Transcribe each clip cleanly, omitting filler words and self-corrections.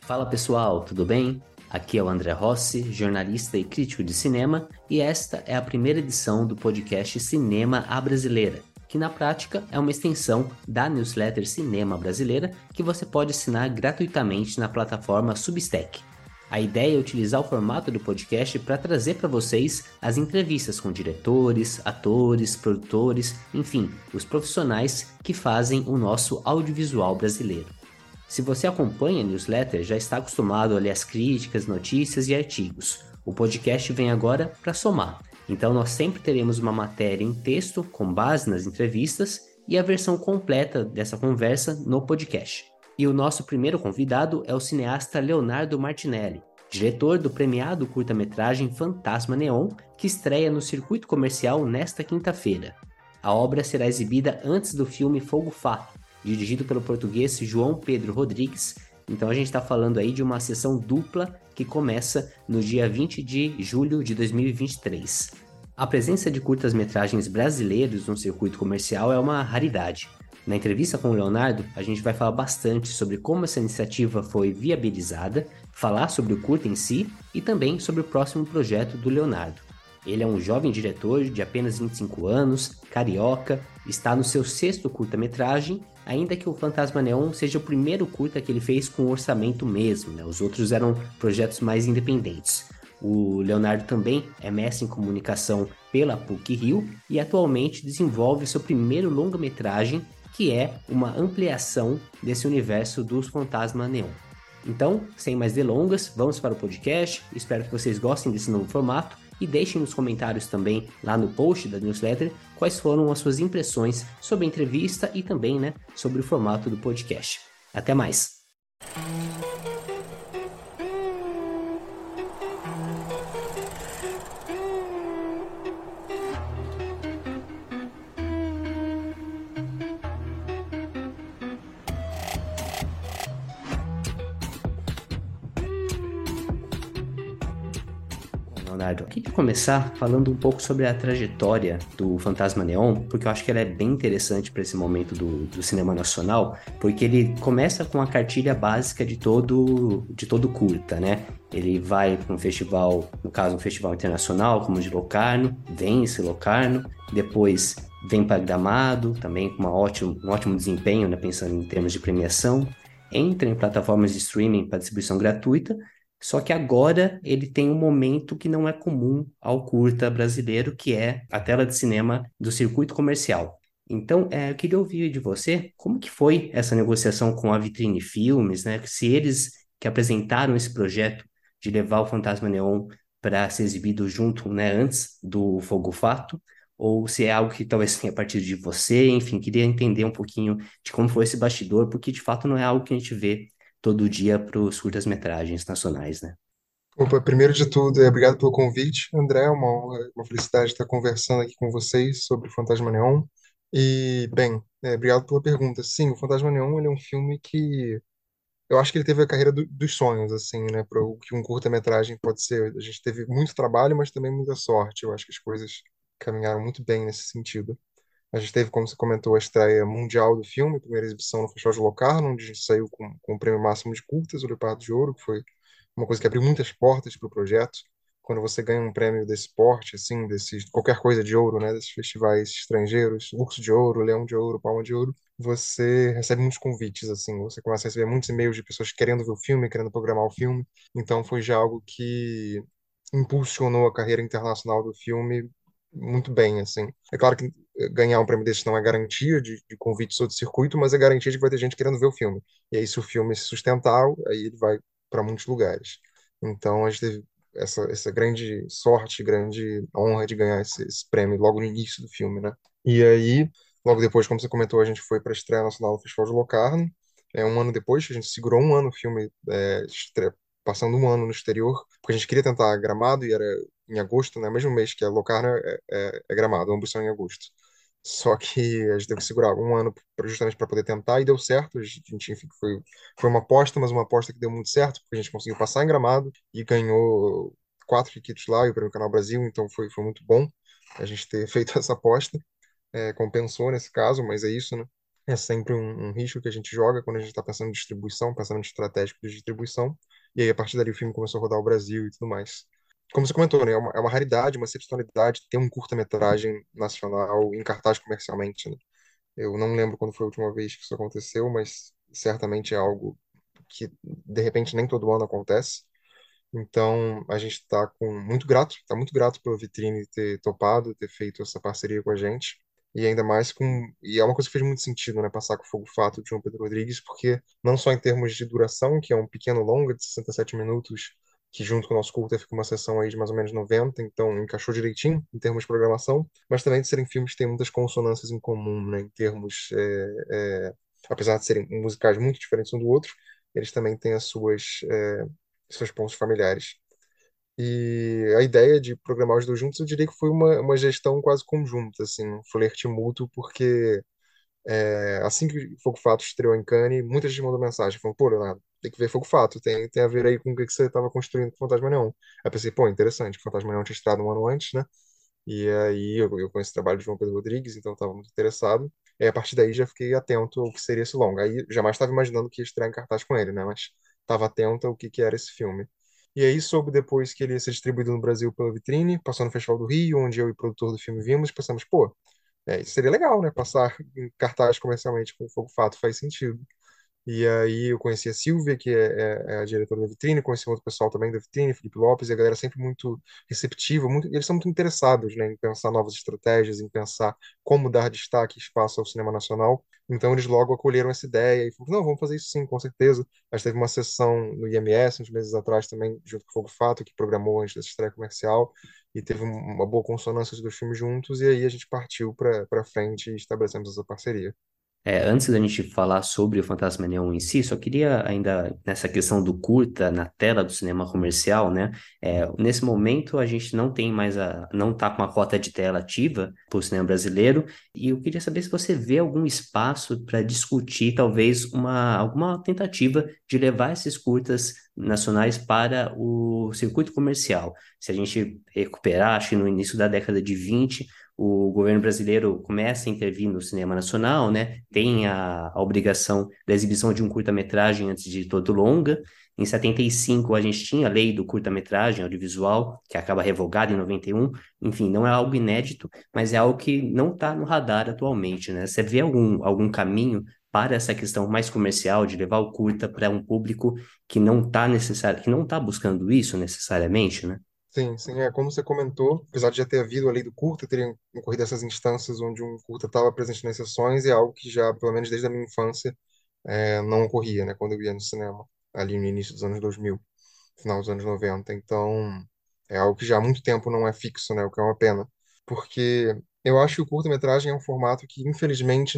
Fala pessoal, tudo bem? Aqui é o André Rossi, jornalista e crítico de cinema, e esta é a primeira edição do podcast Cinema à Brasileira, que na prática é uma extensão da newsletter Cinema Brasileira que você pode assinar gratuitamente na plataforma Substack. A ideia é utilizar o formato do podcast para trazer para vocês as entrevistas com diretores, atores, produtores, enfim, os profissionais que fazem o nosso audiovisual brasileiro. Se você acompanha a newsletter, já está acostumado a ler as críticas, notícias e artigos. O podcast vem agora para somar. Então nós sempre teremos uma matéria em texto com base nas entrevistas e a versão completa dessa conversa no podcast. E o nosso primeiro convidado é o cineasta Leonardo Martinelli, diretor do premiado curta-metragem Fantasma Neon, que estreia no circuito comercial nesta quinta-feira. A obra será exibida antes do filme Fogo Fato, dirigido pelo português João Pedro Rodrigues. Então a gente está falando aí de uma sessão dupla que começa no dia 20 de julho de 2023. A presença de curtas-metragens brasileiros no circuito comercial é uma raridade. Na entrevista com o Leonardo, a gente vai falar bastante sobre como essa iniciativa foi viabilizada, falar sobre o curta em si e também sobre o próximo projeto do Leonardo. Ele é um jovem diretor de apenas 25 anos, carioca, está no seu sexto curta-metragem, ainda que o Fantasma Neon seja o primeiro curta que ele fez com orçamento mesmo, né? Os outros eram projetos mais independentes. O Leonardo também é mestre em comunicação pela PUC-Rio e atualmente desenvolve seu primeiro longa-metragem, que é uma ampliação desse universo dos Fantasma Neon. Então, sem mais delongas, vamos para o podcast. Espero que vocês gostem desse novo formato e deixem nos comentários também lá no post da newsletter quais foram as suas impressões sobre a entrevista e também, né, sobre o formato do podcast. Até mais! Leonardo, eu queria começar falando um pouco sobre a trajetória do Fantasma Neon, porque eu acho que ela é bem interessante para esse momento do cinema nacional, porque ele começa com a cartilha básica de todo curta, né? Ele vai para um festival, no caso, um festival internacional, como o de Locarno, vence Locarno, depois vem para Gramado, também com um ótimo desempenho, né, pensando em termos de premiação, entra em plataformas de streaming para distribuição gratuita. Só que agora ele tem um momento que não é comum ao curta brasileiro, que é a tela de cinema do circuito comercial. Então, eu queria ouvir de você como que foi essa negociação com a Vitrine Filmes, né? Se eles que apresentaram esse projeto de levar o Fantasma Neon para ser exibido junto, né, antes do Fogo Fato, ou se é algo que talvez tenha partido de você, enfim, queria entender um pouquinho de como foi esse bastidor, porque de fato não é algo que a gente vê todo dia para os curtas-metragens nacionais, né? Opa, primeiro de tudo, obrigado pelo convite, André. É uma honra, uma felicidade estar conversando aqui com vocês sobre Fantasma Neon. E, bem, obrigado pela pergunta. Sim, o Fantasma Neon ele é um filme que eu acho que ele teve a carreira dos sonhos, assim, né? Para o que um curta-metragem pode ser. A gente teve muito trabalho, mas também muita sorte. Eu acho que as coisas caminharam muito bem nesse sentido. A gente teve, como você comentou, a estreia mundial do filme, a primeira exibição no Festival de Locarno, onde a gente saiu com o prêmio máximo de curtas, o Leopardo de Ouro, que foi uma coisa que abriu muitas portas para o projeto. Quando você ganha um prêmio desse porte, assim, qualquer coisa de ouro, né, desses festivais estrangeiros, Urso de Ouro, Leão de Ouro, Palma de Ouro, você recebe muitos convites, assim, você começa a receber muitos e-mails de pessoas querendo ver o filme, querendo programar o filme. Então foi já algo que impulsionou a carreira internacional do filme muito bem, assim. É claro que ganhar um prêmio desse não é garantia de convites ou de circuito, mas é garantia de que vai ter gente querendo ver o filme. E aí, se o filme se sustentar, aí ele vai para muitos lugares. Então, a gente teve essa grande sorte, grande honra de ganhar esse prêmio logo no início do filme, né? E aí, logo depois, como você comentou, a gente foi para a estreia nacional do Festival de Locarno. Um ano depois, a gente segurou um ano o filme, passando um ano no exterior, porque a gente queria tentar Gramado e era em agosto, né? Mesmo mês que é Locarno é Gramado, ambos são em agosto. Só que a gente teve que segurar um ano justamente para poder tentar e deu certo. A gente, enfim, foi uma aposta, mas uma aposta que deu muito certo, porque a gente conseguiu passar em Gramado e ganhou 4 tickets lá e o Prêmio Canal Brasil, então foi muito bom a gente ter feito essa aposta. Compensou nesse caso, mas é isso, né? É sempre um risco que a gente joga quando a gente está pensando em distribuição, pensamento estratégico de distribuição. E aí, a partir dali, o filme começou a rodar o Brasil e tudo mais. Como você comentou, né? É uma raridade, uma excepcionalidade ter um curta-metragem nacional em cartaz comercialmente, né? Eu não lembro quando foi a última vez que isso aconteceu, mas certamente é algo que, de repente, nem todo ano acontece. Então, a gente está muito grato pela Vitrine ter topado, ter feito essa parceria com a gente. E ainda mais e é uma coisa que fez muito sentido, né, passar com o Fogo Fato de João Pedro Rodrigues, porque não só em termos de duração, que é um pequeno longa de 67 minutos, que junto com o nosso curta fica uma sessão aí de mais ou menos 90, então encaixou direitinho em termos de programação, mas também de serem filmes que têm muitas consonâncias em comum, né, em termos, apesar de serem musicais muito diferentes um do outro, eles também têm seus pontos familiares. E a ideia de programar os dois juntos, eu diria que foi uma gestão quase conjunta, assim, um flerte mútuo, porque assim que Fogo Fato estreou em Cannes, muita gente mandou mensagem, falou, pô, Leonardo, tem que ver Fogo Fato, tem a ver aí com o que você estava construindo com Fantasma Neon. Aí eu pensei, pô, interessante, Fantasma Neon tinha estreado um ano antes, né? E aí eu conheço o trabalho de João Pedro Rodrigues, então estava muito interessado. E a partir daí já fiquei atento ao que seria esse longa. Aí jamais estava imaginando que ia estrear em cartaz com ele, né? Mas estava atento ao que era esse filme. E aí soube depois que ele ia ser distribuído no Brasil pela Vitrine, passou no Festival do Rio, onde eu e o produtor do filme vimos, e pensamos, pô, isso seria legal, né? Passar em cartaz comercialmente com Fogo Fato faz sentido. E aí eu conheci a Silvia, que é a diretora da Vitrine, conheci um outro pessoal também da Vitrine, Felipe Lopes, e a galera sempre muito receptiva, eles são muito interessados, né, em pensar novas estratégias, em pensar como dar destaque e espaço ao cinema nacional. Então eles logo acolheram essa ideia e falaram, não, vamos fazer isso sim, com certeza. A gente teve uma sessão no IMS, uns meses atrás também, junto com o Fogo Fato, que programou antes dessa estreia comercial, e teve uma boa consonância dos dois filmes juntos, e aí a gente partiu para frente e estabelecemos essa parceria. Antes da gente falar sobre o Fantasma Neon em si, só queria ainda, nessa questão do curta na tela do cinema comercial, né? Nesse momento a gente não tem mais não tá com a cota de tela ativa para o cinema brasileiro, e eu queria saber se você vê algum espaço para discutir, talvez, alguma tentativa de levar esses curtas nacionais para o circuito comercial. Se a gente recuperar, acho que no início da década de 20 o governo brasileiro começa a intervir no cinema nacional, né? Tem a obrigação da exibição de um curta-metragem antes de todo longa. Em 75, a gente tinha a lei do curta-metragem audiovisual, que acaba revogada em 91. Enfim, não é algo inédito, mas é algo que não está no radar atualmente, né? Você vê algum caminho para essa questão mais comercial de levar o curta para um público que não está necessário, que não está buscando isso necessariamente, né? Sim, sim, como você comentou, apesar de já ter havido a lei do curta, teriam ocorrido essas instâncias onde um curta estava presente nas sessões, e é algo que já, pelo menos desde a minha infância, não ocorria, né, quando eu ia no cinema, ali no início dos anos 2000, final dos anos 90. Então, é algo que já há muito tempo não é fixo, né, o que é uma pena, porque eu acho que o curta-metragem é um formato que, infelizmente,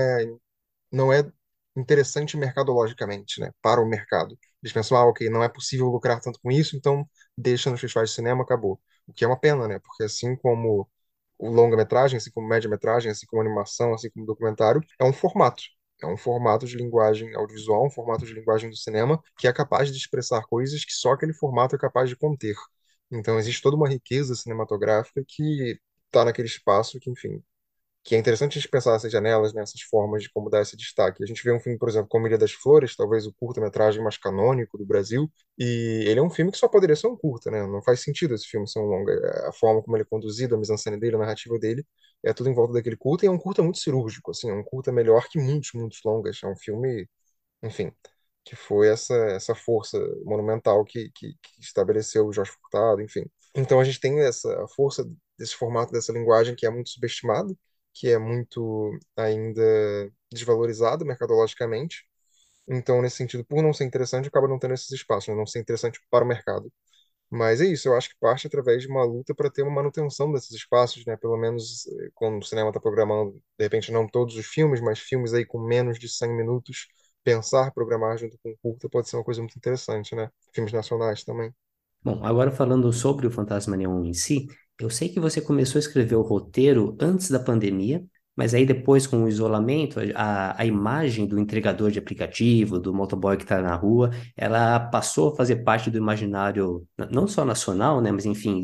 não é interessante mercadologicamente, né, para o mercado. Eles pensam, ok, não é possível lucrar tanto com isso, então deixa nos festivais de cinema, acabou. O que é uma pena, né, porque assim como o longa-metragem, assim como média-metragem, assim como animação, assim como documentário, é um formato. É um formato de linguagem audiovisual, um formato de linguagem do cinema que é capaz de expressar coisas que só aquele formato é capaz de conter. Então existe toda uma riqueza cinematográfica que está naquele espaço que, enfim, que é interessante a gente pensar essas janelas, né, essas formas de como dar esse destaque. A gente vê um filme, por exemplo, como Ilha das Flores, talvez o curta-metragem mais canônico do Brasil, e ele é um filme que só poderia ser um curta, né? Não faz sentido esse filme ser um longa. A forma como ele é conduzido, a mise-en-scène dele, a narrativa dele, é tudo em volta daquele curta, e é um curta muito cirúrgico, assim, é um curta melhor que muitos, muitos longas. É um filme, enfim, que foi essa força monumental que estabeleceu o Jorge Furtado, enfim. Então a gente tem essa a força desse formato, dessa linguagem que é muito subestimado, que é muito ainda desvalorizado mercadologicamente. Então, nesse sentido, por não ser interessante, acaba não tendo esses espaços, né? Não ser interessante para o mercado. Mas é isso, eu acho que parte através de uma luta para ter uma manutenção desses espaços, né? Pelo menos quando o cinema está programando, de repente não todos os filmes, mas filmes aí com menos de 100 minutos, pensar, programar junto com o curta pode ser uma coisa muito interessante, né? Filmes nacionais também. Bom, agora falando sobre o Fantasma Neon em si, eu sei que você começou a escrever o roteiro antes da pandemia, Mas aí depois, com o isolamento, a imagem do entregador de aplicativo, do motoboy que está na rua, ela passou a fazer parte do imaginário, não só nacional, né? Mas enfim,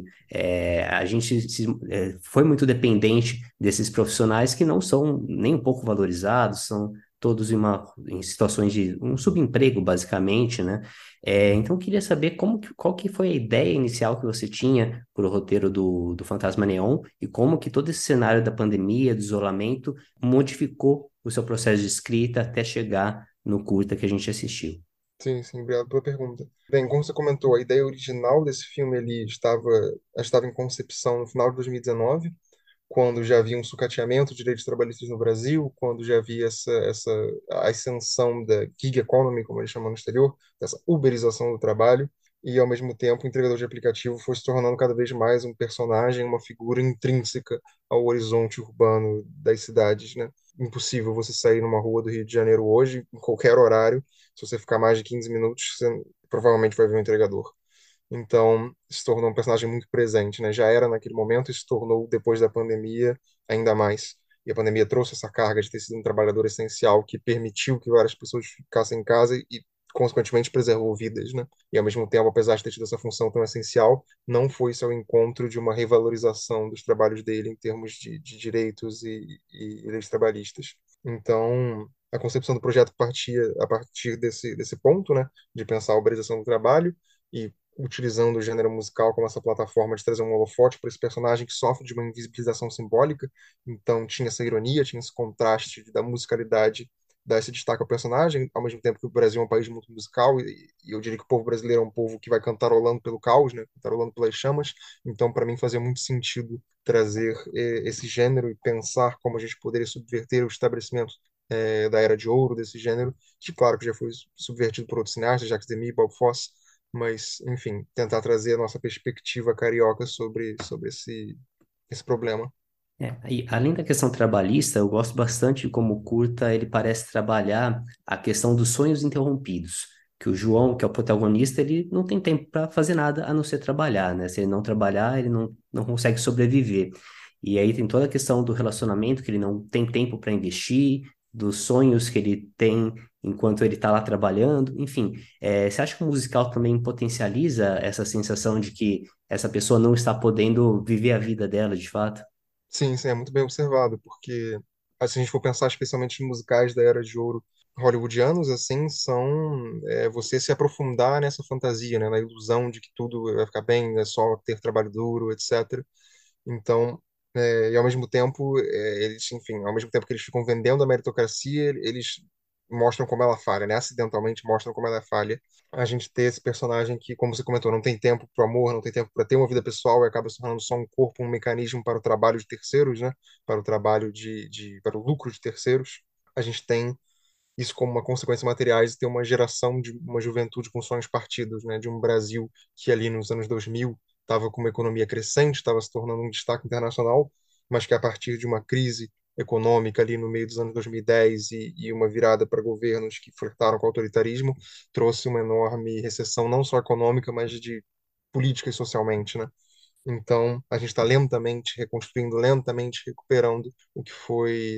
a gente foi muito dependente desses profissionais que não são nem um pouco valorizados, são todos em situações de um subemprego, basicamente, né? Então, eu queria saber qual que foi a ideia inicial que você tinha para o roteiro do Fantasma Neon e como que todo esse cenário da pandemia, do isolamento, modificou o seu processo de escrita até chegar no curta que a gente assistiu. Sim, sim, obrigado pela pergunta. Bem, como você comentou, a ideia original desse filme ele estava em concepção no final de 2019, quando já havia um sucateamento de direitos trabalhistas no Brasil, quando já havia a ascensão da gig economy, como eles chamam no exterior, dessa uberização do trabalho, e ao mesmo tempo o entregador de aplicativo foi se tornando cada vez mais um personagem, uma figura intrínseca ao horizonte urbano das cidades, né? Impossível você sair numa rua do Rio de Janeiro hoje, em qualquer horário, se você ficar mais de 15 minutos, você provavelmente vai ver um entregador. Então, se tornou um personagem muito presente, né? Já era naquele momento e se tornou, depois da pandemia, ainda mais. E a pandemia trouxe essa carga de ter sido um trabalhador essencial que permitiu que várias pessoas ficassem em casa e, consequentemente, preservou vidas, né? E, ao mesmo tempo, apesar de ter tido essa função tão essencial, não foi-se ao encontro de uma revalorização dos trabalhos dele em termos de direitos e leis trabalhistas. Então, a concepção do projeto partia a partir desse ponto, né? De pensar a uberização do trabalho e utilizando o gênero musical como essa plataforma de trazer um holofote para esse personagem que sofre de uma invisibilização simbólica. Então tinha essa ironia, tinha esse contraste da musicalidade dar esse destaque ao personagem, ao mesmo tempo que o Brasil é um país muito musical e eu diria que o povo brasileiro é um povo que vai cantarolando pelo caos, né? Cantarolando pelas chamas. Então, para mim, fazia muito sentido trazer esse gênero e pensar como a gente poderia subverter o estabelecimento da Era de Ouro desse gênero, que claro que já foi subvertido por outros cineastas, Jacques Demy, Bob Fosse, mas, enfim, tentar trazer a nossa perspectiva carioca sobre esse problema. E além da questão trabalhista, eu gosto bastante de como o curta ele parece trabalhar a questão dos sonhos interrompidos. Que o João, que é o protagonista, ele não tem tempo para fazer nada a não ser trabalhar, né? Se ele não trabalhar, ele não consegue sobreviver. E aí tem toda a questão do relacionamento, que ele não tem tempo para investir, dos sonhos que ele tem enquanto ele está lá trabalhando. Enfim, você acha que o musical também potencializa essa sensação de que essa pessoa não está podendo viver a vida dela de fato? Sim, sim, é muito bem observado, porque se a gente for pensar especialmente em musicais da Era de Ouro hollywoodianos, assim, são você se aprofundar nessa fantasia, né, na ilusão de que tudo vai ficar bem, é só ter trabalho duro, etc. Então, e ao mesmo tempo, eles, enfim, ao mesmo tempo que eles ficam vendendo a meritocracia, eles mostram como ela falha, né? Acidentalmente mostram como ela é falha. A gente ter esse personagem que, como você comentou, não tem tempo para o amor, não tem tempo para ter uma vida pessoal e acaba se tornando só um corpo, um mecanismo para o trabalho de terceiros, né? Para o trabalho para o lucro de terceiros. A gente tem isso como uma consequência materiais de ter uma geração de uma juventude com sonhos partidos, né? De um Brasil que ali nos anos 2000 estava com uma economia crescente, estava se tornando um destaque internacional, mas que a partir de uma crise econômica ali no meio dos anos 2010 e uma virada para governos que flertaram com o autoritarismo, trouxe uma enorme recessão, não só econômica, mas de política e socialmente, né? Então, a gente está lentamente reconstruindo, lentamente recuperando o que foi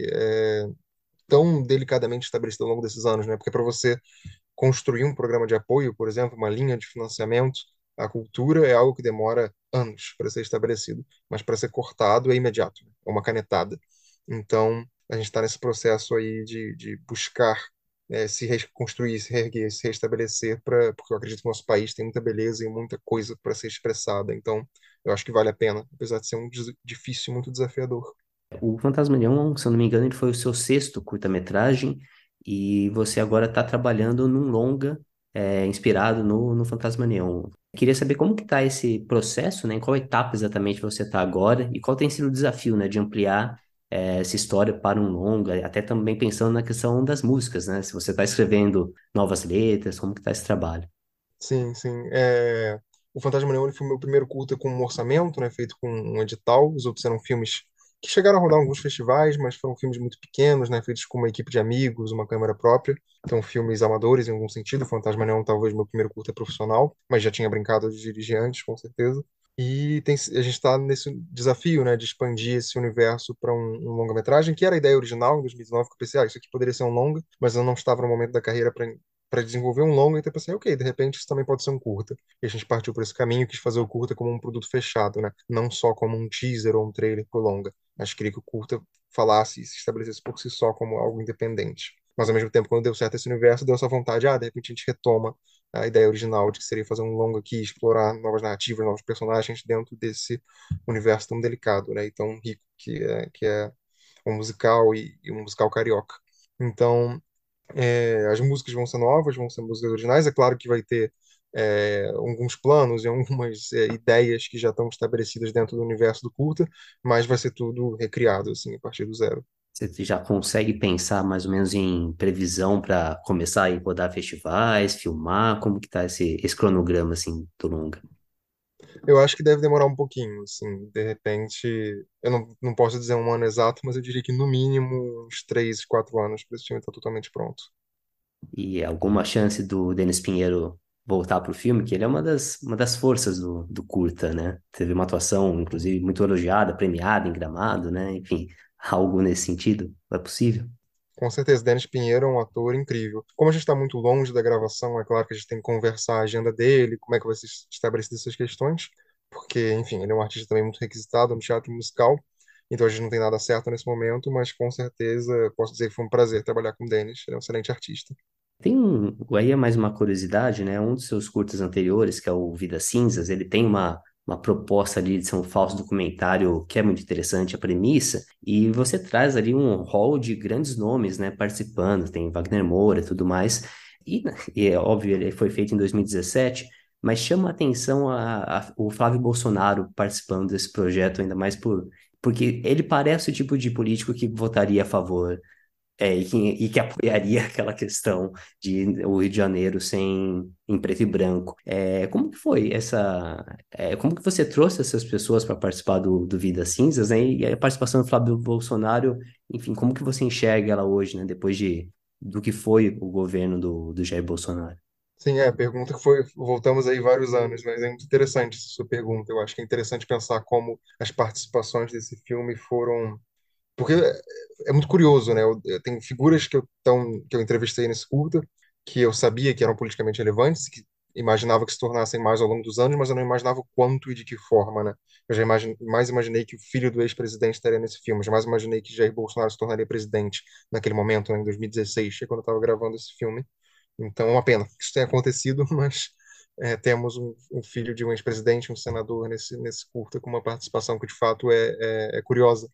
tão delicadamente estabelecido ao longo desses anos, né? Porque para você construir um programa de apoio, por exemplo, uma linha de financiamento à cultura é algo que demora anos para ser estabelecido, mas para ser cortado é imediato, né? É uma canetada. Então, a gente está nesse processo aí de buscar se reconstruir, se reerguer, se restabelecer, porque eu acredito que o nosso país tem muita beleza e muita coisa para ser expressada. Então, eu acho que vale a pena, apesar de ser um difícil e muito desafiador. O Fantasma Neon, se eu não me engano, ele foi o seu sexto curta-metragem e você agora está trabalhando num longa inspirado no Fantasma Neon. Queria saber como que está esse processo, né? Em qual etapa exatamente você está agora e qual tem sido o desafio, né, de ampliar essa história para um longa, até também pensando na questão das músicas, né? Se você está escrevendo novas letras, como que está esse trabalho? Sim, sim. O Fantasma Neon foi o meu primeiro curta com um orçamento, né, feito com um edital. Os outros eram filmes que chegaram a rodar em alguns festivais, mas foram filmes muito pequenos, né, feitos com uma equipe de amigos, uma câmera própria. Então, filmes amadores em algum sentido. O Fantasma Neon talvez meu primeiro curta profissional, mas já tinha brincado de dirigir antes, com certeza. E a gente está nesse desafio, né, de expandir esse universo para um longa-metragem, que era a ideia original em 2019, que eu pensei, isso aqui poderia ser um longa, mas eu não estava no momento da carreira para desenvolver um longa, então eu pensei, ok, de repente isso também pode ser um curta. E a gente partiu por esse caminho, quis fazer o curta como um produto fechado, né, não só como um teaser ou um trailer pro longa. Mas queria que o curta falasse e se estabelecesse por si só como algo independente. Mas ao mesmo tempo, quando deu certo esse universo, deu essa vontade, de repente a gente retoma a ideia original de que seria fazer um longo aqui, explorar novas narrativas, novos personagens dentro desse universo tão delicado, né, e tão rico que é um musical e um musical carioca. Então, as músicas vão ser novas, vão ser músicas originais. É claro que vai ter alguns planos e algumas ideias que já estão estabelecidas dentro do universo do curta, mas vai ser tudo recriado assim a partir do zero. Você já consegue pensar mais ou menos em previsão para começar a ir rodar festivais, filmar? Como que tá esse cronograma, assim, do longa? Eu acho que deve demorar um pouquinho, assim, de repente, eu não posso dizer um ano exato, mas eu diria que no mínimo uns 3, 4 anos para esse time estar totalmente pronto. E alguma chance do Denis Pinheiro voltar pro filme? Que ele é uma das forças do curta, né? Teve uma atuação, inclusive, muito elogiada, premiada em Gramado, né? Enfim, algo nesse sentido. É possível? Com certeza, Denis Pinheiro é um ator incrível. Como a gente está muito longe da gravação, é claro que a gente tem que conversar a agenda dele, como é que vai ser estabelecido essas questões, porque, enfim, ele é um artista também muito requisitado no teatro musical, então a gente não tem nada certo nesse momento, mas com certeza posso dizer que foi um prazer trabalhar com o Denis, ele é um excelente artista. Aí é mais uma curiosidade, né? Um dos seus curtas anteriores, que é o Vidas Cinzas, ele tem uma proposta ali de ser um falso documentário que é muito interessante, a premissa, e você traz ali um rol de grandes nomes, né, participando, tem Wagner Moura e tudo mais, e é óbvio, ele foi feito em 2017, mas chama a atenção o Flávio Bolsonaro participando desse projeto, ainda mais porque ele parece o tipo de político que votaria a favor e que apoiaria aquela questão de o Rio de Janeiro sem em preto e branco. Como que foi como que você trouxe essas pessoas para participar do Vidas Cinzas, né? E a participação do Flávio Bolsonaro, enfim, como que você enxerga ela hoje, né? Depois do que foi o governo do Jair Bolsonaro? Sim, pergunta que foi, voltamos aí vários anos, mas é muito interessante essa sua pergunta. Eu acho que é interessante pensar como as participações desse filme foram. Porque é muito curioso, né? Eu tenho figuras que eu entrevistei nesse curta, que eu sabia que eram politicamente relevantes, que imaginava que se tornassem mais ao longo dos anos, mas eu não imaginava o quanto e de que forma, né? Eu já mais imaginei que o filho do ex-presidente estaria nesse filme, jamais imaginei que Jair Bolsonaro se tornaria presidente naquele momento, né, em 2016, que é quando eu estava gravando esse filme. Então é uma pena que isso tenha acontecido, mas temos um filho de um ex-presidente, um senador nesse curta, com uma participação que de fato é curiosa.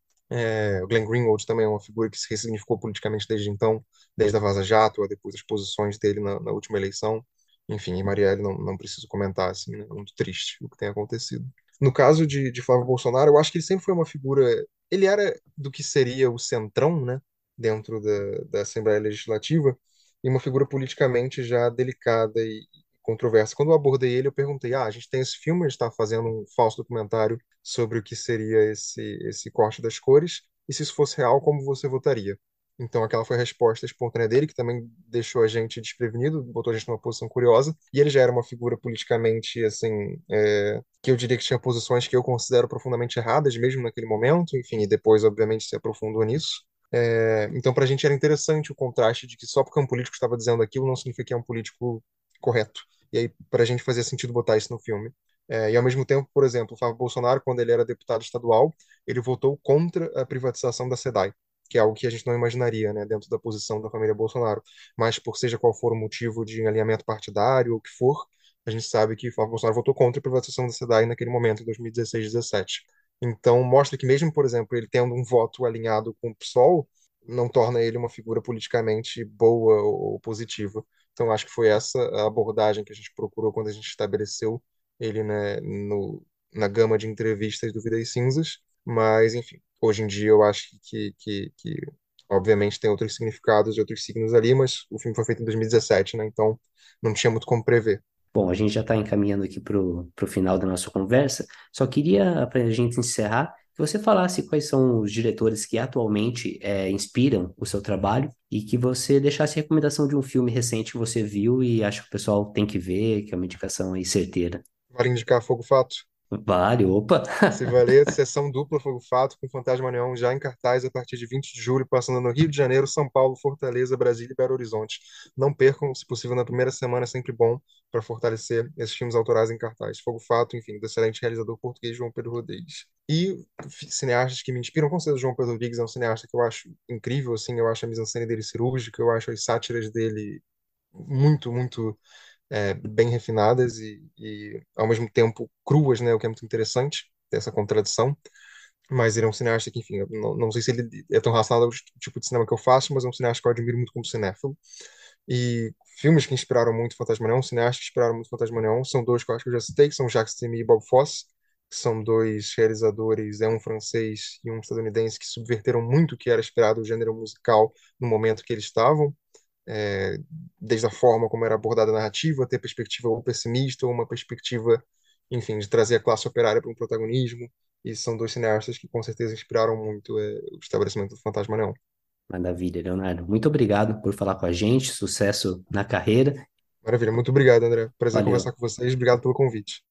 O Glenn Greenwald também é uma figura que se ressignificou politicamente desde então, desde a Vaza Jato, a depois das posições dele na última eleição. Enfim, e Marielle não preciso comentar, assim, né? É muito triste o que tem acontecido. No caso de Flávio Bolsonaro, eu acho que ele sempre foi uma figura. Ele era do que seria o centrão, né, dentro da Assembleia Legislativa, e uma figura politicamente já delicada e controversa. Quando eu abordei ele, eu perguntei: a gente tem esse filme, a gente está fazendo um falso documentário sobre o que seria esse corte das cores, e se isso fosse real, como você votaria? Então, aquela foi a resposta espontânea dele, que também deixou a gente desprevenido, botou a gente numa posição curiosa. E ele já era uma figura politicamente, assim, que eu diria que tinha posições que eu considero profundamente erradas, mesmo naquele momento. Enfim, e depois, obviamente, se aprofundou nisso. Então, para a gente era interessante o contraste de que só porque um político estava dizendo aquilo não significa que é um político correto. E aí, para a gente fazia sentido botar isso no filme. E ao mesmo tempo, por exemplo, o Flávio Bolsonaro, quando ele era deputado estadual, ele votou contra a privatização da SEDAI, que é algo que a gente não imaginaria, né, dentro da posição da família Bolsonaro. Mas por seja qual for o motivo de alinhamento partidário ou o que for, a gente sabe que o Flávio Bolsonaro votou contra a privatização da SEDAI naquele momento, em 2016, 17. Então, mostra que mesmo, por exemplo, ele tendo um voto alinhado com o PSOL, não torna ele uma figura politicamente boa ou positiva. Então, acho que foi essa a abordagem que a gente procurou quando a gente estabeleceu ele, né, na gama de entrevistas do Vidas Cinzas. Mas, enfim, hoje em dia eu acho que obviamente tem outros significados e outros signos ali, mas o filme foi feito em 2017, né? Então não tinha muito como prever. Bom, a gente já está encaminhando aqui para o final da nossa conversa. Só queria, para a gente encerrar, que você falasse quais são os diretores que atualmente inspiram o seu trabalho e que você deixasse recomendação de um filme recente que você viu e acha que o pessoal tem que ver, que é uma indicação aí certeira. Vale indicar Fogo Fato? Vale, opa. Se valer, sessão dupla Fogo Fato com Fantasma Neon já em cartaz a partir de 20 de julho, passando no Rio de Janeiro, São Paulo, Fortaleza, Brasília e Belo Horizonte. Não percam, se possível, na primeira semana, é sempre bom para fortalecer esses filmes autorais em cartaz. Fogo Fato, enfim, do excelente realizador português João Pedro Rodrigues. E cineastas que me inspiram, com certeza, João Pedro Rodrigues é um cineasta que eu acho incrível, assim, eu acho a mise-en-scène dele cirúrgica, eu acho as sátiras dele muito bem refinadas ao mesmo tempo cruas, né? O que é muito interessante, ter essa contradição. Mas ele é um cineasta que, enfim, eu não sei se ele é tão relacionado ao tipo de cinema que eu faço, mas é um cineasta que eu admiro muito como cinéfilo. E filmes que inspiraram muito Fantasma Neon, cineastas que inspiraram muito Fantasma Neon, são dois que eu acho que eu já citei, que são Jacques Demy e Bob Fosse, que são dois realizadores, um francês e um estadunidense, que subverteram muito o que era esperado do gênero musical no momento que eles estavam, é, desde a forma como era abordada a narrativa, ter perspectiva ou pessimista, ou uma perspectiva, enfim, de trazer a classe operária para um protagonismo. E são dois cineastas que com certeza inspiraram muito o estabelecimento do Fantasma Neon. Maravilha, Leonardo. Muito obrigado por falar com a gente. Sucesso na carreira. Maravilha, muito obrigado, André. Prazer Valeu. conversar com vocês. Obrigado pelo convite.